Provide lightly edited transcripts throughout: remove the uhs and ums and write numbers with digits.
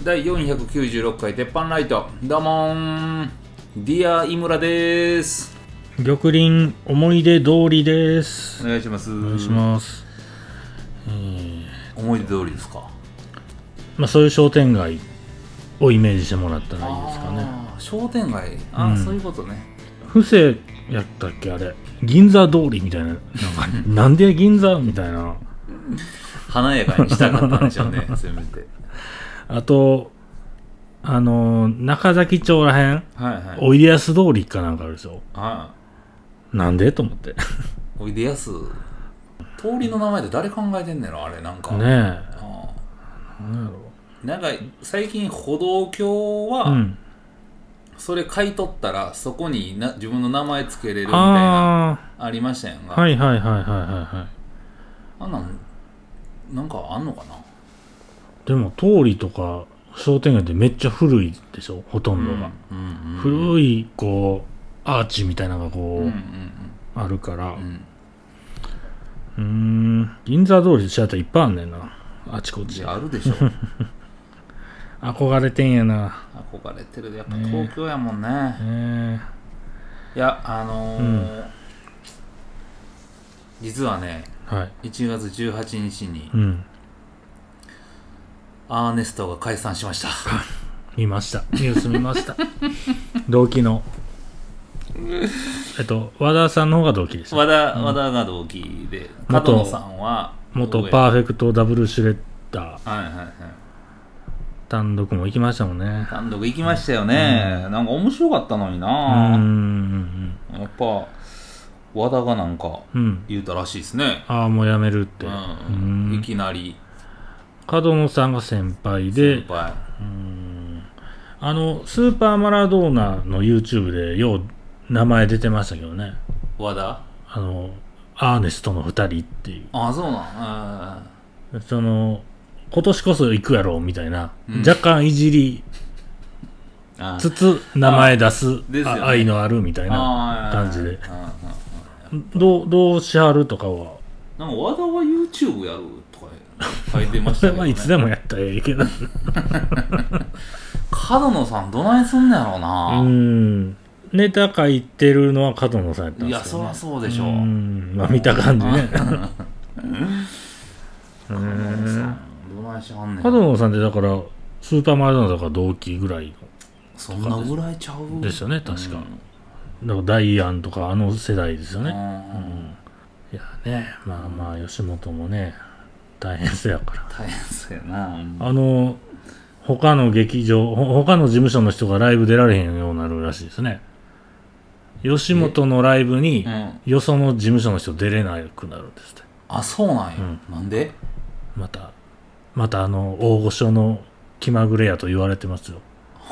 第496回鉄板ライト。どうもー、ディア井村です。 玉林思い出通りです。 お願いします。 お願いします。 思い出通りですか。 まあそういう商店街をイメージしてもらったらいいですかね。 商店街、そういうことね。 布施やったっけあれ、銀座通りみたいな、なんで銀座みたいな。 華やかにしたかったんでしょうね。せめて。 あと中崎町らへん、おいでやす通りかなんかあるでしょ。なんでと思って。 おいでやす通りの名前で誰考えてんねんのあれ、なんかねえ。 なんやろ、なんか最近歩道橋は、それ買い取ったらそこに自分の名前つけれるみたいなありましたやんか。 はいはいはいはいはいはい。 なんかあんのかな。 でも通りとか商店街ってめっちゃ古いでしょ、ほとんどが。古いこうアーチみたいなのがこう、あるから、銀座通りで知られたらいっぱいあんねんな、あちこち。 あるでしょ。 憧れてんやな。 憧れてる。やっぱ東京やもんね。いや実はね、1月18日に、アーネストが解散しました。 見ました、ニュース見ました。同期の和田さんの方が同期でした。 和田が同期で、角野さんは元パーフェクトダブルシュレッダー、単独も行きましたもんね。 単独行きましたよね。なんか面白かったのにな。やっぱ和田がなんか言うたらしいですね。 もうやめるって。 いきなり。 角野さんが先輩で、スーパーマラドーナの YouTube でよう名前出てましたけどね。 和田、 アーネストの2人っていう。 そうなん。 今年こそ行くやろみたいな、若干いじりつつ名前出す、愛のあるみたいな感じで。どうしはるとかは、 なんか和田は YouTube やるとか書いてましたけどね。 いつでもやったらええけど。 角野さんどないすんねやろうな。 ネタ書いてるのは角野さんやったんですよね。 いや、そりゃそうでしょう。 まあ見た感じね。 角野さんどないしはんねん。 角野さんってだからスーパーマラドーナとか同期ぐらいの、 そんなぐらいちゃうですよね、確か。だからダイアンとか世代ですよね。いやね、まあ吉本もね大変そうやから。 大変そうやな。 他の劇場、他の事務所の人がライブ出られへんようになるらしいですね。吉本のライブによその事務所の人出れなくなるんですって。 そうなんや。なんで？ また大御所の気まぐれやと言われてますよ。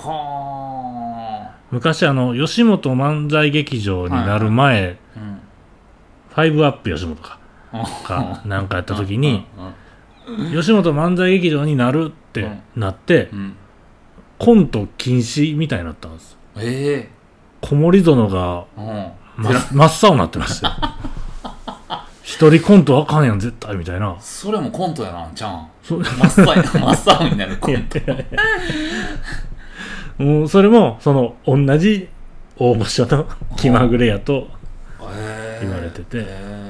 昔吉本漫才劇場になる前、ファイブアップ吉本かなんかやった時に、吉本漫才劇場になるってなって、コント禁止みたいになったんです。小森園が真っ青になってましたよ。一人コントあかんやん絶対みたいな。 それもコントやな、ちゃん。真っ青になるコント。 もうそれも同じ大御所の気まぐれやと言われてて、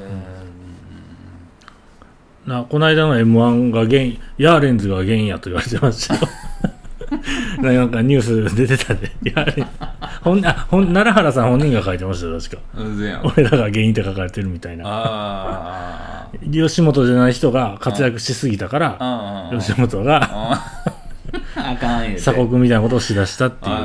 この間の M1 がヤーレンズが原因やと言われてましたよ。なんかニュース出てたで、奈良原さん本人が書いてましたよ、確か。俺らが原因って書かれてるみたいな。吉本じゃない人が活躍しすぎたから、吉本が鎖国みたいなことをしだしたっていう。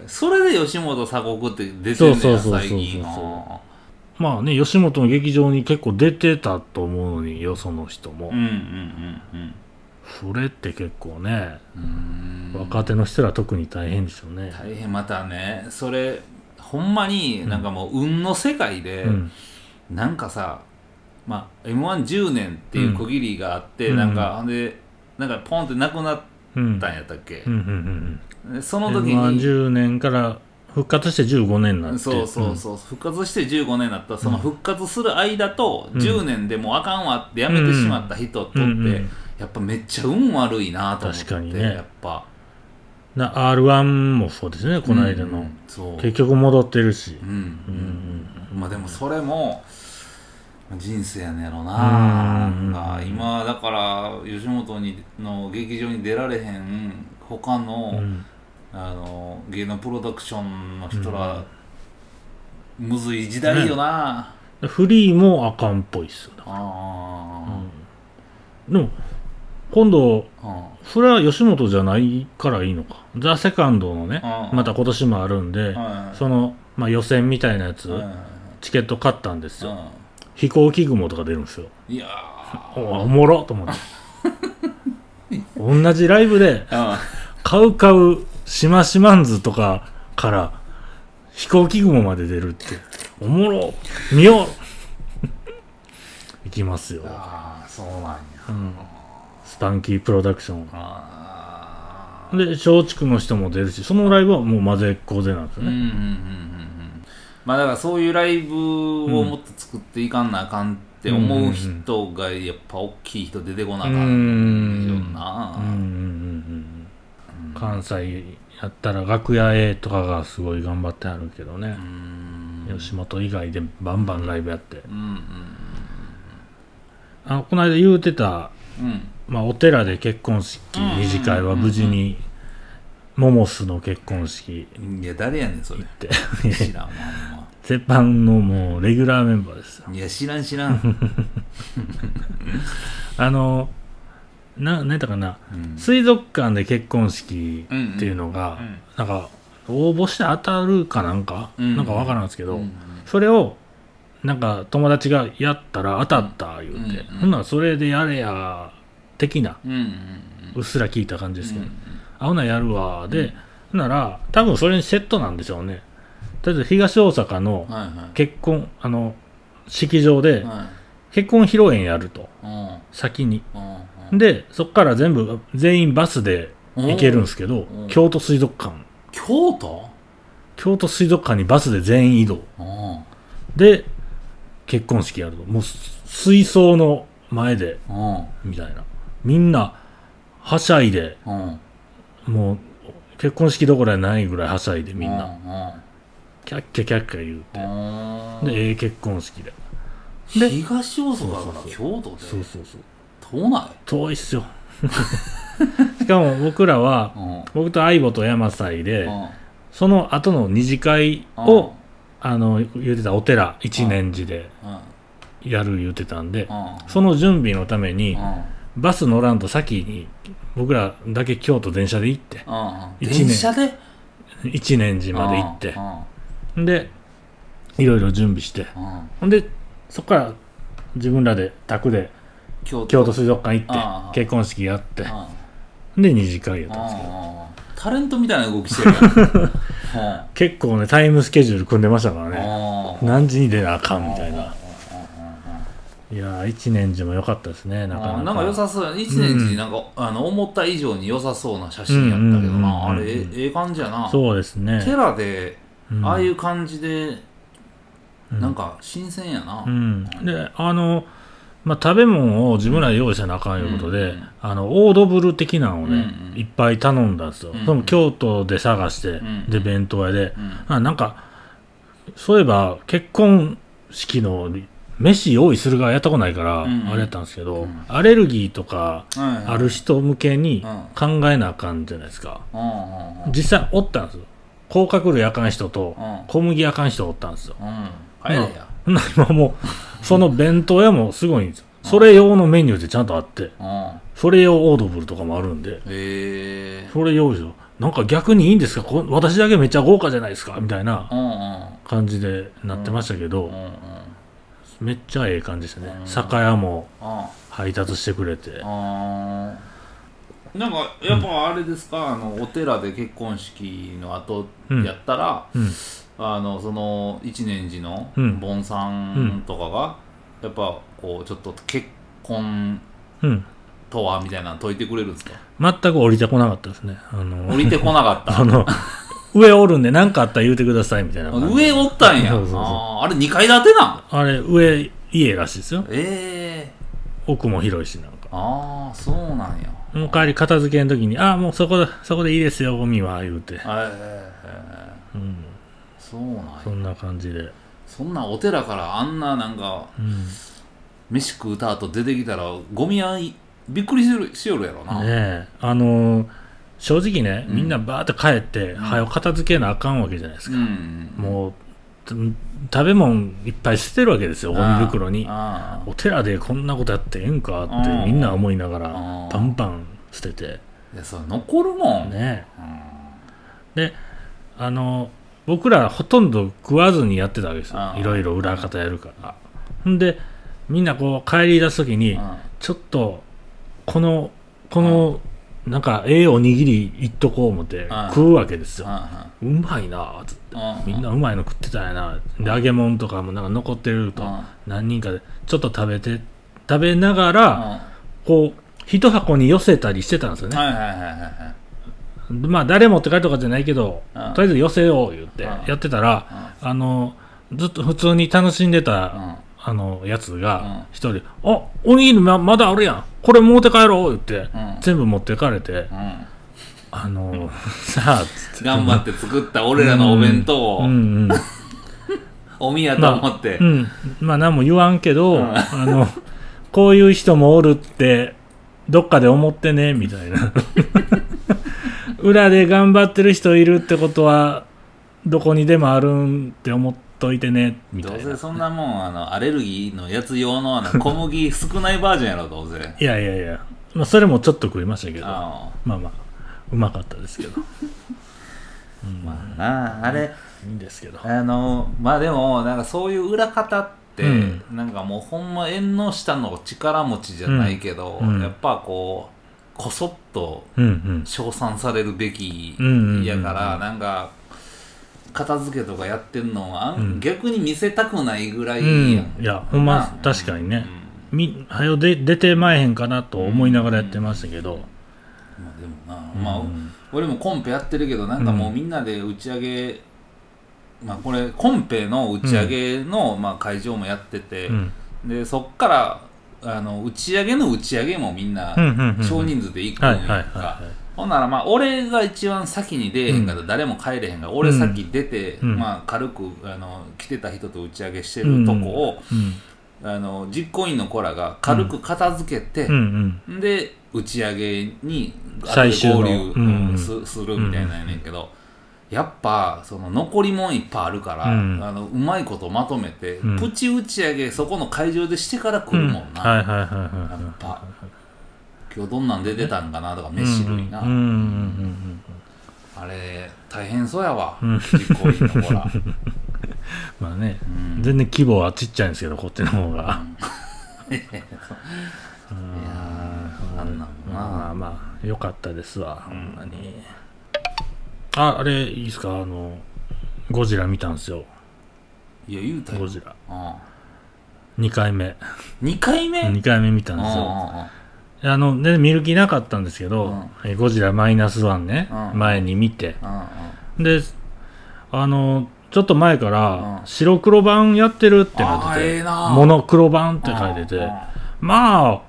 それで吉本鎖国って出てるんだよ、最近。 まあね、吉本の劇場に結構出てたと思うのに、よその人も。それって結構ね、若手の人ら特に大変でしょうね。 大変。またね、それほんまになんかもう運の世界で、なんかさ、M110 年っていう区切りがあって、なんかポンってなくなったんやったっけ。その時に M110 年から復活して15年になって。 そう、復活して15年になった。その復活する間と10年でもうあかんわってやめてしまった人とって、 やっぱめっちゃ運悪いなと思って。 確かにねやっぱ R1 もそうですね、この間の、 そう結局戻ってるし、 まあでもそれも人生やねやろな。なんか今だから吉本の劇場に出られへん他の、芸能プロダクションの人ら、むずい時代よな、 フリーもあかんっぽいっすよ。でも今度、それは吉本じゃないからいいのか。ザ・セカンドのね、また今年もあるんで、その、予選みたいなやつ、チケット買ったんですよ。飛行機雲とか出るんですよ。 いやおもろと思って同じライブでカウカウシマシマンズとかから飛行機雲まで出るっておもろ見よう行きますよ。 そうなんや、 スパンキープロダクションで松竹の人も出るし、そのライブはもう混ぜっこぜなんですよね。 まあだからそういうライブをもっと作っていかんなあかんって思う人がやっぱ大きい人出てこなあかんよな。 関西やったら楽屋 A とかがすごい頑張ってあるけどね。吉本以外でバンバンライブやって、この間言うてた、お寺で結婚式二次会は無事にモモスの結婚式いや誰やねんそれって知らんわ鉄板のもうレギュラーメンバーですよ。 いや知らん何やったかな、水族館で結婚式っていうのが、なんか応募して当たるかなんか、なんかわからんですけど、それをなんか友達がやったら当たった言うて、ほんならそれでやれや的な、うっすら聞いた感じですけど、ほなやるわで、ほんなら多分それにセットなんでしょうね。とりあえず東大阪の結婚、式場で結婚披露宴やると、先に、でそっから全員バスで行けるんですけど、京都水族館、京都水族館にバスで全員移動で結婚式やると、もう水槽の前でみたいな、みんなはしゃいで、もう結婚式どころやないぐらいはしゃいで、みんなキャッキャキャッキャ言うて、で結婚式で東大阪から京都で、遠ない？ 遠いっすよしかも僕らは、僕と相棒と山祭で、その後の二次会を言うてたお寺一念寺でやる言うてたんで、その準備のためにバス乗らんと先に僕らだけ京都電車で行って、 電車で一念寺まで行って、でいろいろ準備して、ほんでそこから自分らで宅で京都水族館行って結婚式やって、で二次会やったんですけど、 タレントみたいな動きしてるやん結構ねタイムスケジュール組んでましたからね、何時に出なあかんみたいな。いや一年寺も良かったですね。なんか良さそうやね。一年寺なんか、思った以上に良さそうな写真やったけどな、あれええ感じやな。 そうですね。 寺でああいう感じで、なんか新鮮やな。 で食べ物を自分らで用意せなあかんいうことで、オードブル的なのをね、いっぱい頼んだんですよ。その京都で探して、で弁当屋で、なんかそういえば結婚式の飯用意する側やったことないから、あれやったんですけど、アレルギーとかある人向けに考えなあかんじゃないですか。実際おったんですよ。甲殻類あかん人と小麦あかん人おったんですよ。今もうその弁当屋もすごいんですよ。それ用のメニューでちゃんとあって、それ用オードブルとかもあるんで、それ用意しよう。なんか逆にいいんですか、私だけめっちゃ豪華じゃないですかみたいな感じでなってましたけど、めっちゃええ感じでしたね。酒屋も配達してくれて、 なんかやっぱあれですか、お寺で結婚式の後やったら、その一年寺の盆さんとかがやっぱこうちょっと結婚とはみたいなの解いてくれるんですか？ 全く降りてこなかったですね。 降りてこなかった上おるんで何かあったら言うてくださいみたいな感じ。 上おったんや。あれ2階建てなん？ あれ上家らしいですよ。 奥も広いしなんかああそうなんや。 もう帰り片付けの時にもうそこでいいですよゴミは言うて、うん、 そうなんや。 そんな感じでそんなお寺からあんななんか、飯食うた後出てきたらゴミ屋びっくりしよるやろな。 ねえ正直ね、みんなバーって帰って、早く片付けなあかんわけじゃないですか、もう食べ物いっぱい捨てるわけですよゴミ袋に。お寺でこんなことやってええんかってみんな思いながらパンパン捨てて、 いやそれ残るもんね。で僕らほとんど食わずにやってたわけですよ、いろいろ裏方やるから。ほんでみんなこう帰り出す時にちょっとこのなんかおにぎりいっとこう思って食うわけですよ。うまいなーっつってみんなうまいの食ってたんやな。で揚げ物とかもなんか残ってると何人かでちょっと食べながらこう一箱に寄せたりしてたんですよね。まあ誰持って帰るとかじゃないけどとりあえず寄せよう言ってやってたらずっと普通に楽しんでたやつが一人おにぎりまだあるやんこれ持って帰ろう言って全部持ってかれてさあ頑張って作った俺らのお弁当をおみやと思ってまあ何も言わんけどこういう人もおるってどっかで思ってねみたいな裏で頑張ってる人いるってことはどこにでもあるんって思ってといてねみたいな。 どうせそんなもんアレルギーのやつ用の小麦少ないバージョンやろどうせ。 いや、まあ、それもちょっと食いましたけどまあうまかったですけどまあなあれいいんですけどまあでもなんかそういう裏方ってなんかもうほんま縁の下の力持ちじゃないけどやっぱこそっと称賛されるべきやからなんか片付けとかやってんのは、逆に見せたくないぐらいやん、 いやほんま確かにね、はよ出てまえへんかなと思いながらやってましたけど、 まあでもな、まあ俺もコンペやってるけどなんかもうみんなで打ち上げ、まあこれコンペの打ち上げの、まあ、会場もやってて、でそっから打ち上げの打ち上げもみんな少人数で行くんやんか。ほんならまあ俺が一番先に出えへんから誰も帰れへんから俺先出て、まあ軽く来てた人と打ち上げしてるとこを、実行委員の子らが軽く片付けて、で打ち上げに最終合流するみたいなんやねんけど、やっぱその残りもんいっぱいあるから、うまいことまとめて、プチ打ち上げそこの会場でしてから来るもんな。やっぱ今日どんなんで出たんかなとか飯類な、あれ大変そうやわ、実行委員のほらまあね、全然規模はちっちゃいんですけどこっちの方が、いやあんなもんまあよかったですわ、ほんまに。あれいいですかゴジラ見たんですよ。 いや言うたよゴジラ2回目 2回目見たんですよ。見る気なかったんですけど、ゴジラマイナス1ね、前に見て、でちょっと前から白黒版やってるってなってて、モノクロ版って書いてて、まあ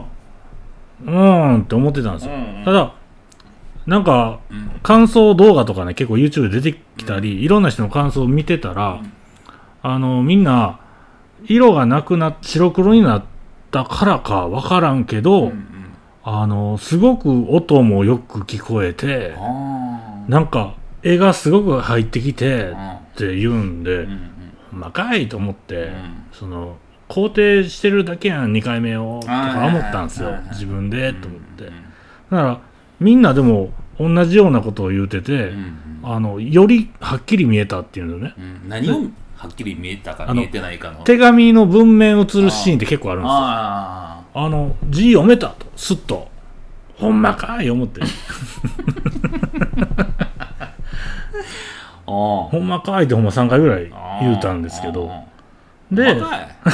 って思ってたんですよ。ただなんか感想動画とかね結構 YouTube で出てきたり、いろんな人の感想を見てたら、みんな色がなくなって白黒になったからか分からんけど、すごく音もよく聞こえて、なんか絵がすごく入ってきてって言うんで、まかいと思って、肯定してるだけやん2回目をとか思ったんですよ、自分でと思って。だからみんなでも同じようなことを言うてて、よりはっきり見えたっていうのね、 何をはっきり見えたか見えてないかの手紙の文面映るシーンって結構あるんですよ。字読めたとスッとほんまかい思ってほんまかいってほんま3回ぐらい言うたんですけど、で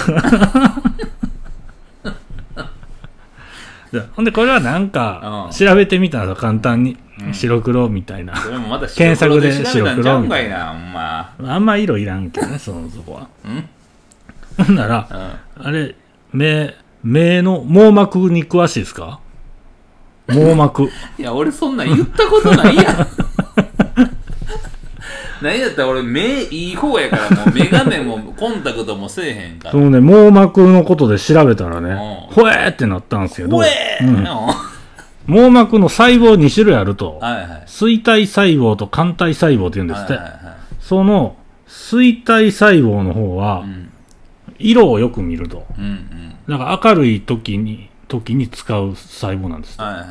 ほんでこれはなんか調べてみたら簡単に白黒みたいな、検索で白黒みたいな、あんま色いらんけどねそこは。ほんならあれ目目の網膜に詳しいですか？網膜。 いや俺そんなん言ったことないやん何やったら俺目いい方やからもうメガネもコンタクトもせえへんからそのね、網膜のことで調べたらね、ほえーってなったんですけど、 ほえー、うん、 網膜の細胞2種類あると、 はいはい、 錐体細胞と肝体細胞って言うんですって、 はいはいはい、 その錐体細胞の方は、うん、色をよく見ると、うんうん、だから明るい時に使う細胞なんです、はいはい、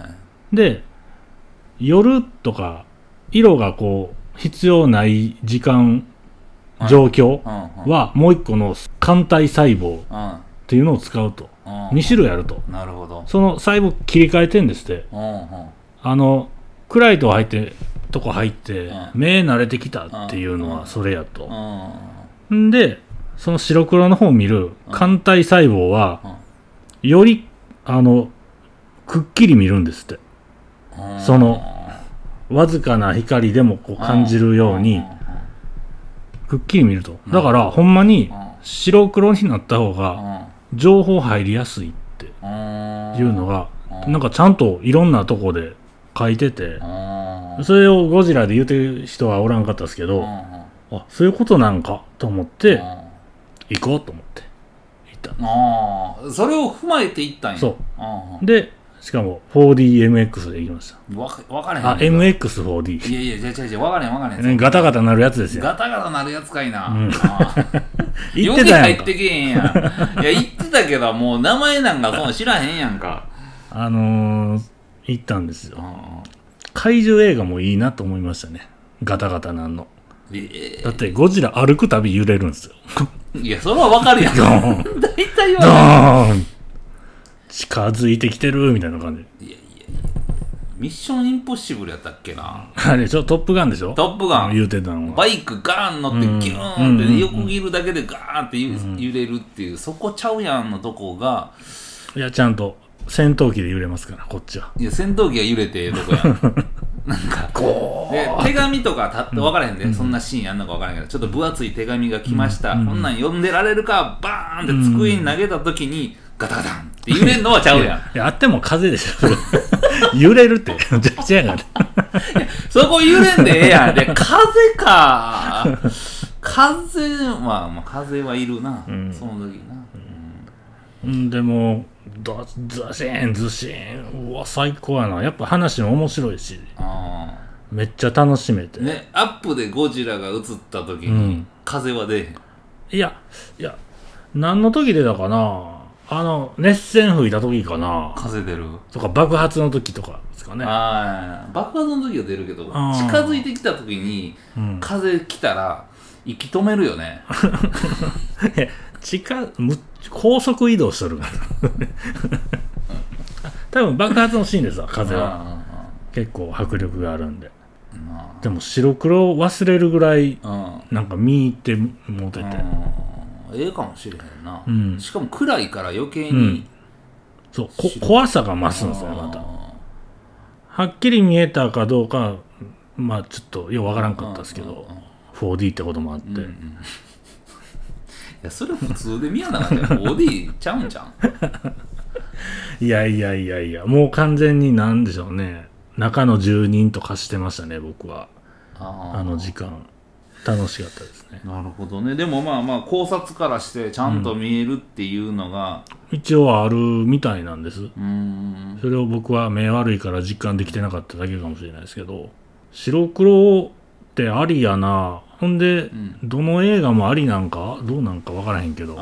で夜とか色がこう必要ない時間状況はもう一個の肝体細胞っていうのを使うと、2種類あると。 なるほど。 その細胞切り替えてんですって。暗いとこ入って目慣れてきたっていうのはそれやと。んでその白黒の方を見る肝体細胞はよりくっきり見るんですって。そのわずかな光でもこう感じるようにくっきり見ると。だからほんまに白黒になった方が情報入りやすいっていうのがなんかちゃんといろんなとこで書いてて、それをゴジラで言うてる人はおらんかったですけど、あ、そういうことなんかと思って行こうと思って行った。 それを踏まえて行ったんや。 そうでしかも 4DMX で行きました。 わかれへん。 MX4D。 いやいや、違う、わかれへん。 ガタガタなるやつですよ。 ガタガタなるやつかいな。 言ってたやんか。 入ってけへんやん。いや、言ってたけど、もう名前なんかそう知らへんやんか。 行ったんですよ。怪獣映画もいいなと思いましたね。ガタガタなんの。だってゴジラ歩くたび揺れるんですよ。 いや、それはわかるやん。大体は。ドーン近づいてきてるみたいな感じ。 いやミッションインポッシブルやったっけな。 あれトップガンでしょ。 トップガン言うてたのはバイクガーン乗ってギューンって、ね、横切るだけでガーンって揺れるっていう、そこちゃうやんのとこが、 いやちゃんと戦闘機で揺れますからこっちは。 いや戦闘機が揺れてどこやんなんかで手紙とか分からへんで、そんなシーンやんのか分からへんけど、ちょっと分厚い手紙が来ました、こんなん読んでられるかバーンって机に投げた時にガタガタンって揺れんのはちゃうやん。 いやあっても風でしょ揺れるってめちゃくちゃやからそこ揺れんでええやん。で風か風は、まあ、風はいるな、その時な、 でもズシーンズシーン、うわ最高やな。やっぱ話も面白いしめっちゃ楽しめてね。アップでゴジラが映った時に、風は出へん。 いや何の時でだかな。熱線吹いた時かな。 風出るとか爆発の時とかですかね。 爆発の時は出るけど、近づいてきた時に、風来たら息止めるよね高速移動する多分爆発のシーンですわ。風は結構迫力があるんで、でも白黒忘れるぐらいなんか見入ってモテてええかもしれへんな、しかも暗いから余計に、 そう怖さが増すんですよ。またはっきり見えたかどうかまあちょっとよくわからんかったですけど、4D ってこともあって、いやそれ普通で見やなかったら 4D ちゃうんじゃんいやもう完全になんでしょうね、中の住人と化してましたね僕は。あの時間楽しかったですね。 なるほどね。でもまあ考察からしてちゃんと見えるっていうのが、 一応あるみたいなんです。それを僕は目悪いから実感できてなかっただけかもしれないですけど、白黒ってありやな。ほんで、どの映画もありなんかどうなんか分からへんけど、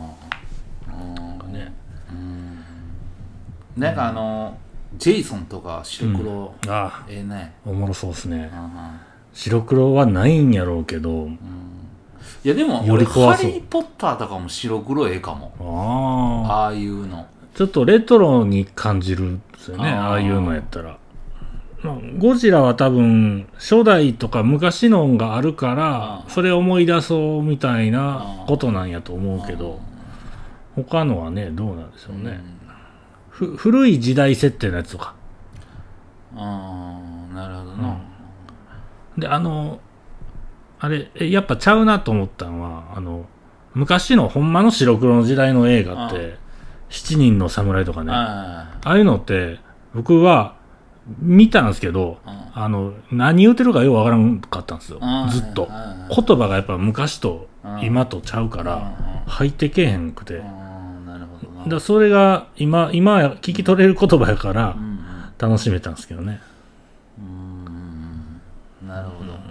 なんかジェイソンとか白黒、ええね。 おもろそうっすね。白黒はないんやろうけど、 いやでも俺ハリー・ポッターとかも白黒ええかも。ああいうのちょっとレトロに感じるんですよね。ああいうのやったら、ゴジラは多分初代とか昔のがあるからそれを思い出そうみたいなことなんやと思うけど、他のはねどうなんでしょうね。古い時代設定のやつとか。 なるほどな。 であれやっぱちゃうなと思ったのは昔のほんまの白黒の時代の映画って、 7人の侍とかね。 あああいうのって、僕は見たんですけど、何言うてるかよくわからんかったんですよ。ずっと。言葉がやっぱ昔と今とちゃうから、入ってけえへんくて。 なるほどな。 だからそれが今聞き取れる言葉やから楽しめたんですけどね。 なるほど。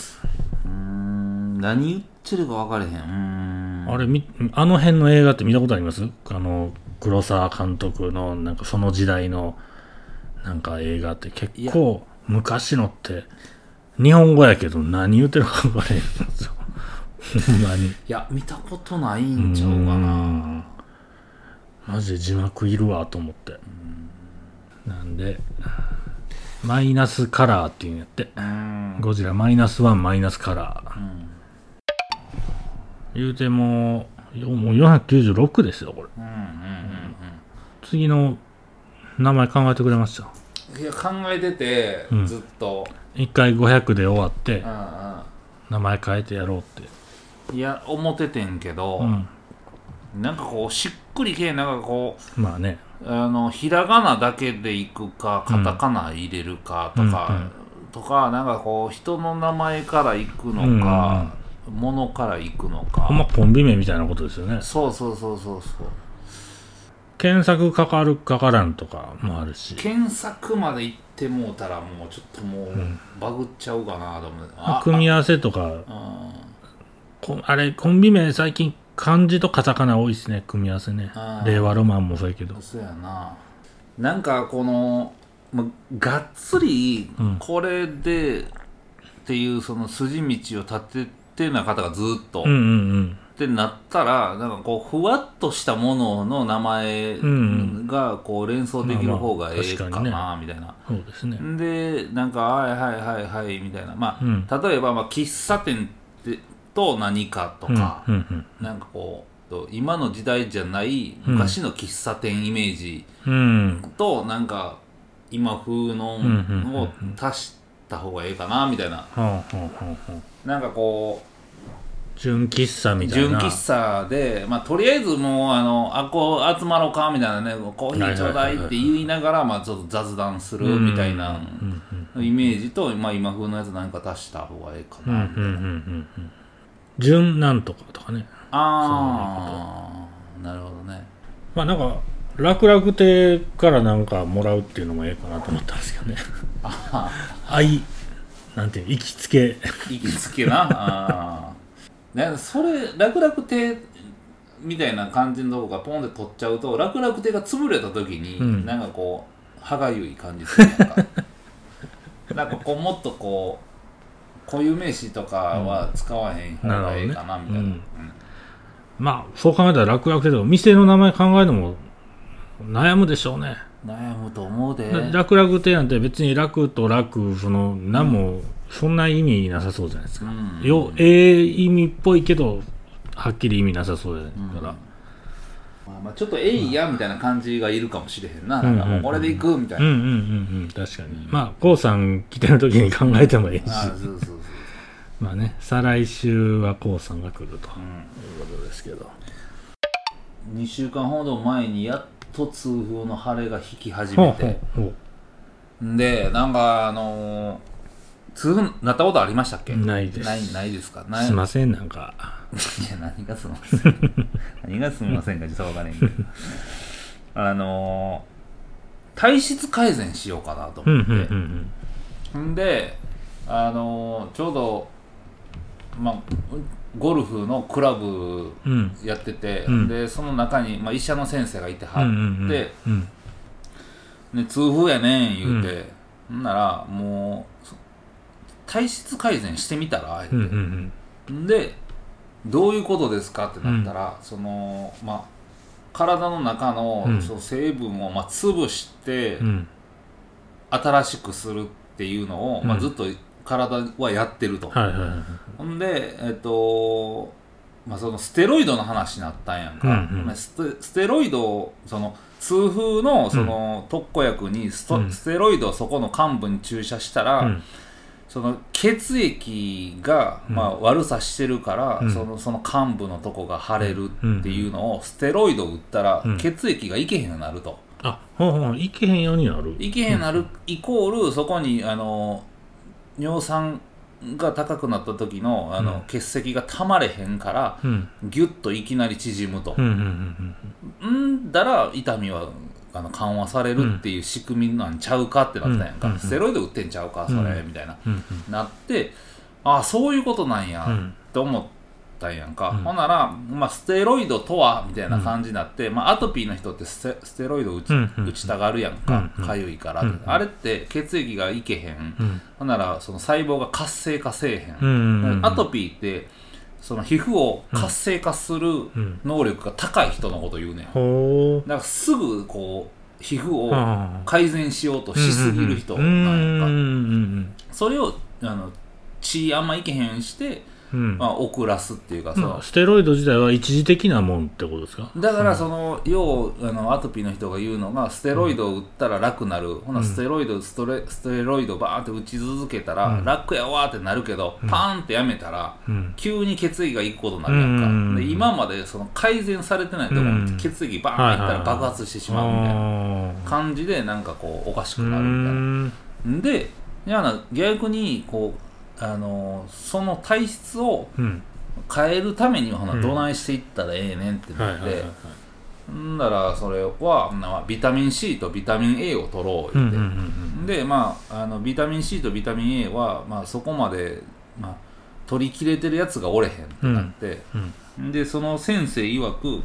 何言ってるか分かれへん。 あれあの辺の映画って見たことあります？黒沢監督のなんかその時代のなんか映画って結構昔のって日本語やけど何言ってるか分からへんんですよ。ほんまに。 いや見たことないんちゃうかな。 マジで字幕いるわと思って。なんでマイナスカラーっていうんやって。ゴジラマイナス1マイナスカラー。言うてもう496ですよこれ。次の名前考えてくれました？ いや考えてて、ずっと一回500で終わって、名前変えてやろうって。 いや思っててんけど、なんかこうしっくりけなんかこうまあねひらがなだけでいくかカタカナ入れるかとか、とかなんかこう人の名前からいくのか、物からいくのか。 ほんまコンビ名みたいなことですよね。 そう検索かかるかからんとかもあるし、 検索まで行ってもうたらもうちょっともうバグっちゃうかなと思って、 組み合わせとかあれコンビ名最近漢字とカタカナ多いですね、組み合わせね。令和ロマンもそうやけど。 そうやな。なんかこのがっつりこれでっていうその筋道を立ててな方がずっとってなったら、なんかこうふわっとしたものの名前がこう連想できる方がええかなみたいな。 そうですね。 でなんかはいみたいな。例えば喫茶店と何かとか、なんかこう今の時代じゃない昔の喫茶店イメージとなんか今風のを足した方がええかなみたいな。なんかこう純喫茶みたいな。 純喫茶で、とりあえずもうこう集まろうかみたいなね、コーヒーちょうだいって言いながらちょっと雑談するみたいなイメージと、今風のやつ何か足した方がええかなみたいな。 純なんとかとかね。 なるほどね。 なんか楽々亭からなんかもらうっていうのもええかなと思ったんですけどね。なんていう行きつけな。それ楽々亭みたいな感じのとこがポンで取っちゃうと、楽々亭が潰れた時に、なんかこう歯がゆい感じするやんか。なんかこうもっとこう固有名詞とかは使わへん方がええかなみたいな。 そう考えたら楽々亭とか店の名前考えるのも悩むでしょうね。 悩むと思うで。 楽々亭なんて別に楽と楽何もそんな意味なさそうじゃないですか。意味っぽいけどはっきり意味なさそうだから、 ちょっといやみたいな感じがいるかもしれへんな。なんかもうこれでいくみたいな。 確かに。こうさん来てる時に考えてもいいし。再来週はこうさんが来るということですけど、 2週間ほど前にやっと痛風の腫れが引き始めて、でなんか痛風なったことありましたっけ？ ないです。 ないですか？ すいません、なんかいや何がすみません何がすみませんか、実は分からへんけど体質改善しようかなと思ってんでちょうどゴルフのクラブやってて、でその中に、医者の先生がいてはって、痛風やねん言うて、ほんならもう体質改善してみたらって、でどういうことですかってなったら、その体の中の、その成分を潰して、新しくするっていうのを、ずっと体はやってると。ほんでそのステロイドの話になったんやんか。ステロイドをその痛風のその特効薬にステロイドをそこの患部に注射したら、 その血液が、まあ、悪さしてるから、その患部のとこが腫れるっていうのを、ステロイドを打ったら、血液がいけへんようになると。 いけへんようになる。 いけへんようになる、イコールそこに尿酸が高くなった時の、結石がたまれへんから、ギュッといきなり縮むと。だら痛みは緩和されるっていう仕組みなんちゃうかってなったんやんか、ステロイド打ってんちゃうかそれ、みたいな、なって、ああそういうことなんや、って思ったんやんか、ほんなら、まあ、ステロイドとはみたいな感じになって、まあ、アトピーの人ってステロイド打ちたがるやんか、かゆいから、あれって血液がいけへん、ほんならその細胞が活性化せえへん、アトピーってその皮膚を活性化する能力が高い人のこと言うねん、だからすぐこう皮膚を改善しようとしすぎる人なんやんか、それを血あんまいけへんようにして、まあ、遅らすっていうかさ、 ステロイド自体は一時的なもんってことですか。 だからその、要アトピーの人が言うのがステロイドを打ったら楽になる、ほなステロイドバーンって打ち続けたら、楽やわーってなるけど、パーンってやめたら、急に血液がいくことになるやんか、で今までその改善されてないところ、血液バーンっていったら爆発してしまうみたいな感じでなんかこうおかしくなるみたいな。で逆にこうその体質を変えるためにはどないしていったらええねんってなって、だからそれは、ビタミン C とビタミン A を取ろうってで、まあ、ビタミン C とビタミン A は、まあ、そこまで、まあ、取り切れてるやつがおれへんってなって、でその先生曰く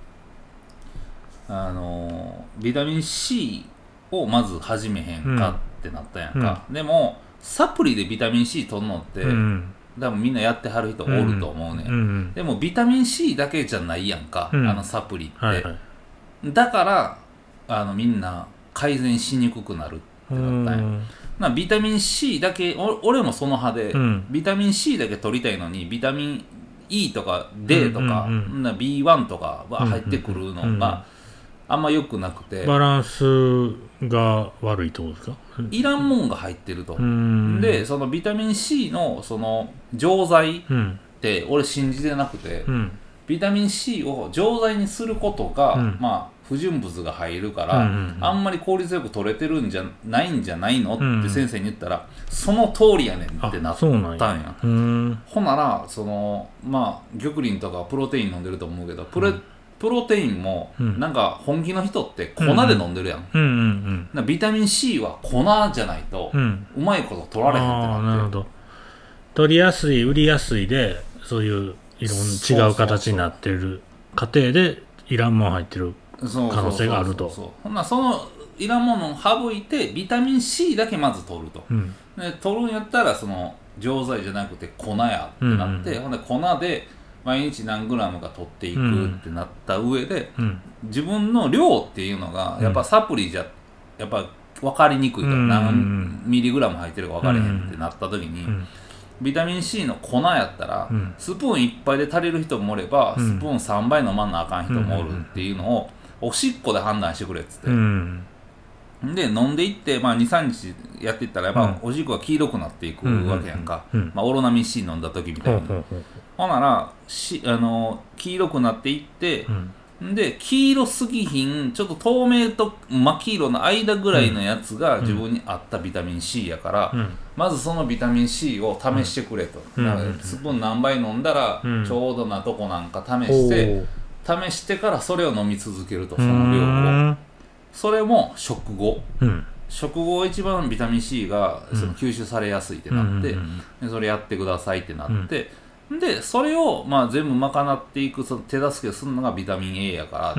ビタミン C をまず始めへんかってなったやんか、でもサプリでビタミン C 取るのって、多分みんなやってはる人おると思うね、でもビタミン C だけじゃないやんか、サプリって、だからみんな改善しにくくなるってなったんや。ビタミン C だけ俺もその派で、ビタミン C だけ取りたいのにビタミン E とか D とか、B1 とかは入ってくるのがあんま良くなくて、 バランスが悪いってことですか。 いらんもんが入ってると。でそのビタミン C のその錠剤って俺信じてなくて、ビタミン C を錠剤にすることが、まあ不純物が入るから、あんまり効率よく取れてるんじゃないんじゃないのって先生に言ったら、その通りやねんってなったんや。ほならそのまあ玉林とかプロテイン飲んでると思うけど、プロテインもなんか本気の人って粉で飲んでるやん、ビタミン C は粉じゃないとうまいこと取られへんってなって、 なるほど、取りやすい売りやすいでそういういろんな違う形になってる過程でいらんもん入ってる可能性があると。 ほんなそのいらんものを省いてビタミン C だけまず取ると、で取るんやったらその錠剤じゃなくて粉やってなって、ほんで粉で毎日何グラムか取っていくってなった上で、自分の量っていうのがやっぱサプリじゃやっぱ分かりにくいから、何ミリグラム入ってるか分かれへんってなった時に、ビタミン C の粉やったら、スプーン1杯で足りる人もおれば、スプーン3杯飲まなあかん人もおるっていうのをおしっこで判断してくれっつって、で飲んでいって、まあ、23日やっていったらやっぱ、おしっこが黄色くなっていくわけやんか、まあ、オロナミン C 飲んだ時みたいに、ほんなら黄色くなっていって、で黄色すぎひんちょっと透明と真黄色の間ぐらいのやつが自分に合ったビタミン C やから、まずそのビタミン C を試してくれと、スプーン何杯飲んだらちょうどなとこなんか試してからそれを飲み続けると、その量を、それも食後、食後一番ビタミン C がその吸収されやすいってなって、でそれやってくださいってなって、でそれをまあ全部賄っていくその手助けするのがビタミン A やから、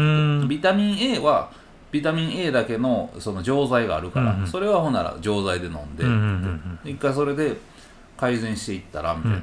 ビタミン A はビタミン A だけのその錠剤があるから、それはほんなら錠剤で飲んで、一回それで改善していったらみたいな、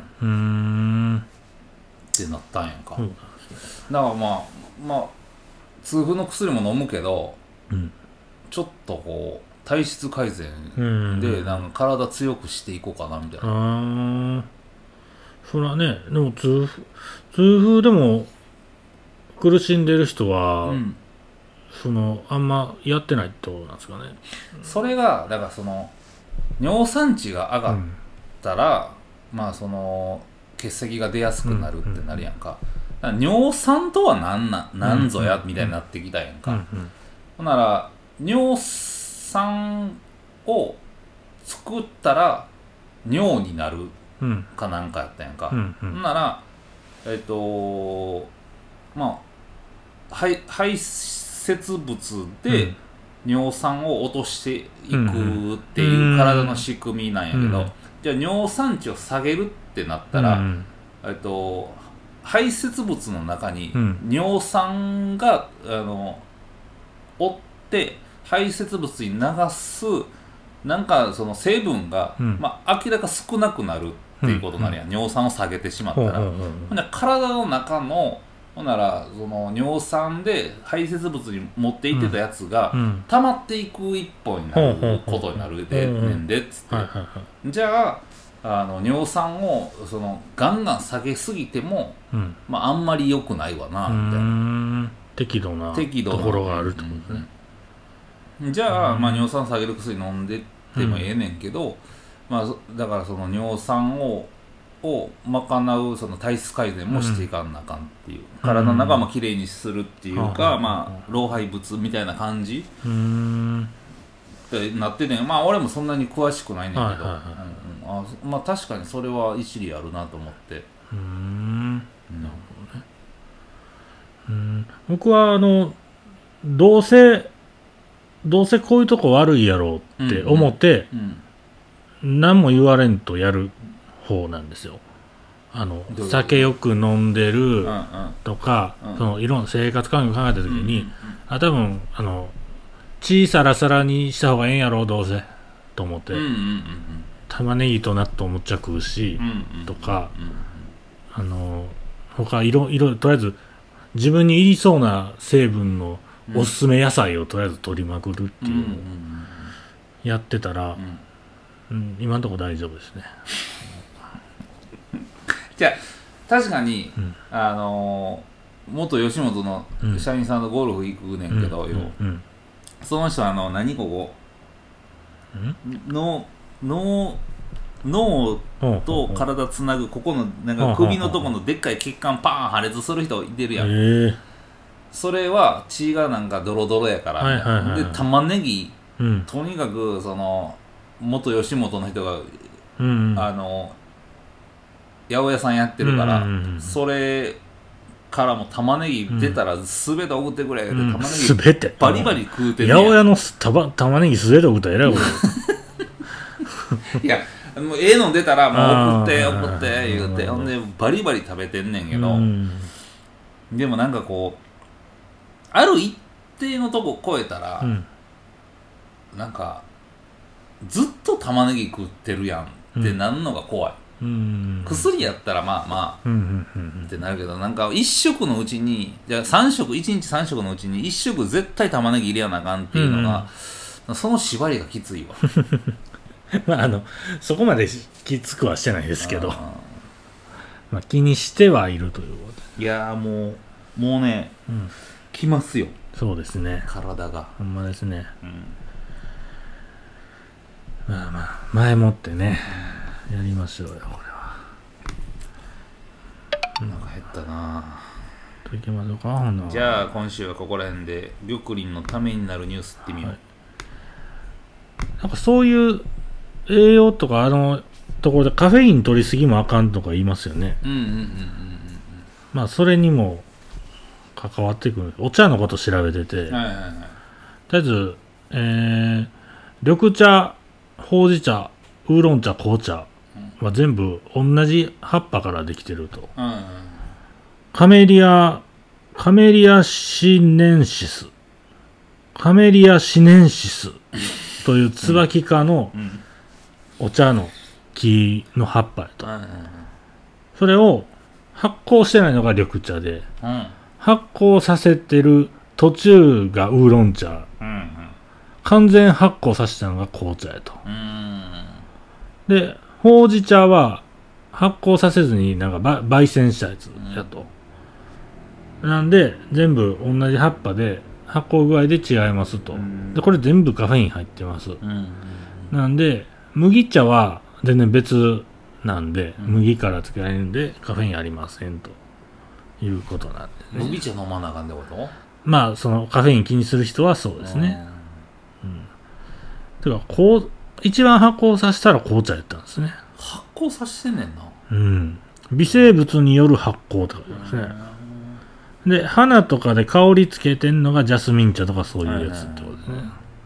ってなったんやんか、だからまあ痛風の薬も飲むけど、ちょっとこう体質改善でなんか体強くしていこうかなみたいな。 それはね、でも痛風でも苦しんでる人は、あんまやってないってことなんですかね。 それがだからその尿酸値が上がったらまあその結石が出やすくなるってなるやんか、だから尿酸とはなんぞやみたいになってきたやんか、ほんなら尿酸を作ったら尿になるかなんかやったやんか、ほんならまあ排泄物で尿酸を落としていくっていう体の仕組みなんやけど、じゃあ尿酸値を下げるってなったら、排泄物の中に尿酸が追って排泄物に流すなんかその成分が、まあ、明らか少なくなるっていうことになるやん、尿酸を下げてしまったら、ほんなら体の中のほんならその尿酸で排泄物に持っていってたやつが、溜まっていく一歩になることになるで、ねんでっつって、じゃあ尿酸をそのガンガン下げすぎても、まあ、あんまり良くないわなみたいな適度なところがあるってことですね、 じゃあ、まあ、尿酸下げる薬飲んでってもええねんけど、まあ、だからその尿酸を賄うその体質改善もしていかんなあかんっていう、体の中もきれいにするっていうか、まあ老廃物みたいな感じってなってて、まあ俺もそんなに詳しくないねんけど、まあ確かにそれは一理あるなと思って。なるほどね。僕はどうせこういうとこ悪いやろうって思って、何も言われんとやる方なんですよ。酒よく飲んでるとか、そのいろんな生活環境を考えた時に、多分血サラサラにした方がええんやろうどうせと思って、玉ねぎと納豆むっちゃ食うし、とか、他いろとりあえず自分にいりそうな成分のおすすめ野菜をとりあえず取りまくるっていうのをやってたら、今のところ大丈夫ですね。 じゃあ確かに、元吉本の社員さんとゴルフ行くねんけどよ、その人何ここ脳と体つなぐここのなんか首のとこのでっかい血管パーン破裂する人いてるやん、それは血がなんかドロドロやからで玉ねぎ、とにかくその元吉本の人が、八百屋さんやってるから、それからも玉ねぎ出たらすべて送ってくれ、玉ねぎバリバリ食うてんねや。 八百屋の玉ねぎすべて送ったらえらいこといやもうええの出たらもう送って言うて、ほんでバリバリ食べてんねんけど、でもなんかこうある一定のとこ超えたら、なんかずっと玉ねぎ食ってるやんってなんのが怖い、薬やったらまあまあってなるけど、なんか一食のうちにじゃあ1日3食のうちに1食絶対玉ねぎ入れやなあかんっていうのが、その縛りがきついわまあそこまできつくはしてないですけどまあ気にしてはいるということで。いやもうね、きますよ。 そうですね、 体がほんまですね、まあまあ前もってね、やりましょうよこれは。 なんか減ったなといきましょうか。ほんならじゃあ今週はここら辺で玉林のためになるニュースってみよう、 なんかそういう栄養とかところでカフェイン取りすぎもあかんとか言いますよね。まあそれにも関わってくる。お茶のこと調べてて、とりあえず、緑茶、ほうじ茶、ウーロン茶、紅茶は全部同じ葉っぱからできてると。カメリアシネンシスという椿科のお茶の木の葉っぱやと。それを発酵してないのが緑茶で、発酵させてる途中がウーロン茶、完全発酵させたのが紅茶やと。でほうじ茶は発酵させずになんか焙煎したやつやと。なんで全部同じ葉っぱで発酵具合で違いますと。でこれ全部カフェイン入ってます。なんで麦茶は全然別なんで、 うん麦から作られるんでカフェインありませんということなんでね。 麦茶飲まなあかんってこと？ まあそのカフェイン気にする人はそうですね。てかこう一番発酵させたら紅茶やったんですね。 発酵させてんねんな。 うん。微生物による発酵とかですね。で花とかで香りつけてんのがジャスミン茶とかそういうやつってことですね。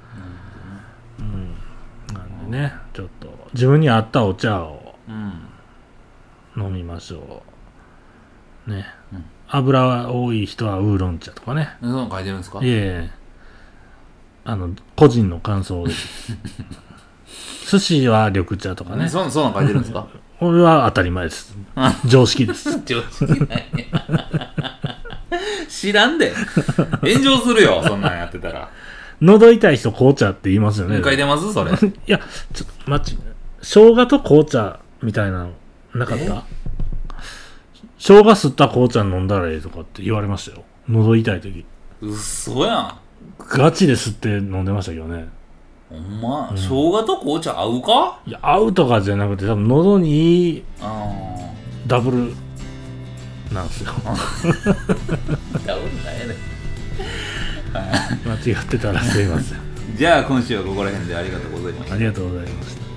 なんでね、ちょっと自分に合ったお茶を飲みましょうね。油多い人はウーロン茶とかね。 そんなの書いてるんですか？ いえ、個人の感想です寿司は緑茶とかね。 そんなの書いてるんですか？ これは当たり前です常識です常識ない知らんで炎上するよそんなんやってたら。 喉痛い人紅茶って言いますよね。 書いてますそれ？ いやちょっと待ち、生姜と紅茶みたいなのなかった？生姜吸った紅茶飲んだらええとかって言われましたよ、喉痛い時。 うっそやん。 ガチで吸って飲んでましたけどね。 ほんま、生姜と紅茶合うか？ いや合うとかじゃなくて多分喉にいいダブルなんですよダブルなんやね間違ってたらすいませんじゃあ今週はここら辺でありがとうございました。 ありがとうございました。